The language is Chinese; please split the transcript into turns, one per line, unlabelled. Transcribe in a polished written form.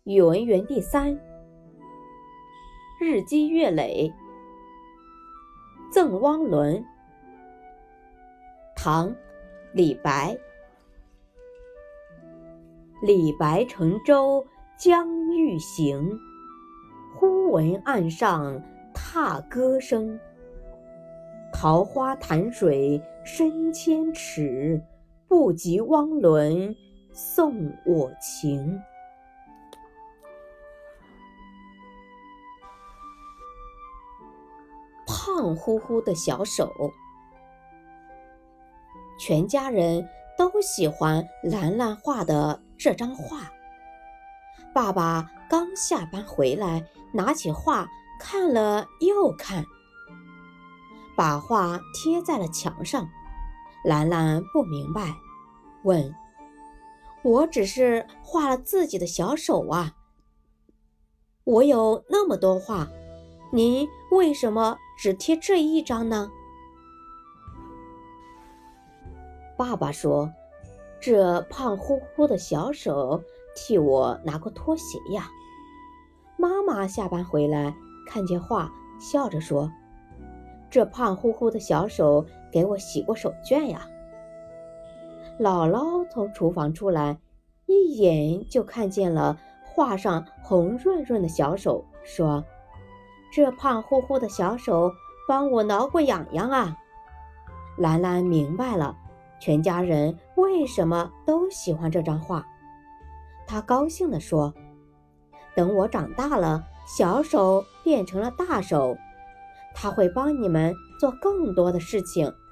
语文园地3，日积月累。赠汪伦，唐·李白。李白乘舟将欲行，忽闻岸上踏歌声。桃花潭水深千尺，不及汪伦送我情。胖乎乎的小手。全家人都喜欢兰兰画的这张画。爸爸刚下班回来，拿起画看了又看，把画贴在了墙上。兰兰不明白，问：我只是画了自己的小手啊，我有那么多画，您为什么只贴这一张呢？爸爸说，这胖乎乎的小手替我拿过拖鞋呀。妈妈下班回来看见画，笑着说，这胖乎乎的小手给我洗过手绢呀。姥姥从厨房出来，一眼就看见了画上红润润的小手，说，这胖乎乎的小手帮我挠过痒痒啊。兰兰明白了全家人为什么都喜欢这张画。她高兴地说，等我长大了，小手变成了大手，他会帮你们做更多的事情。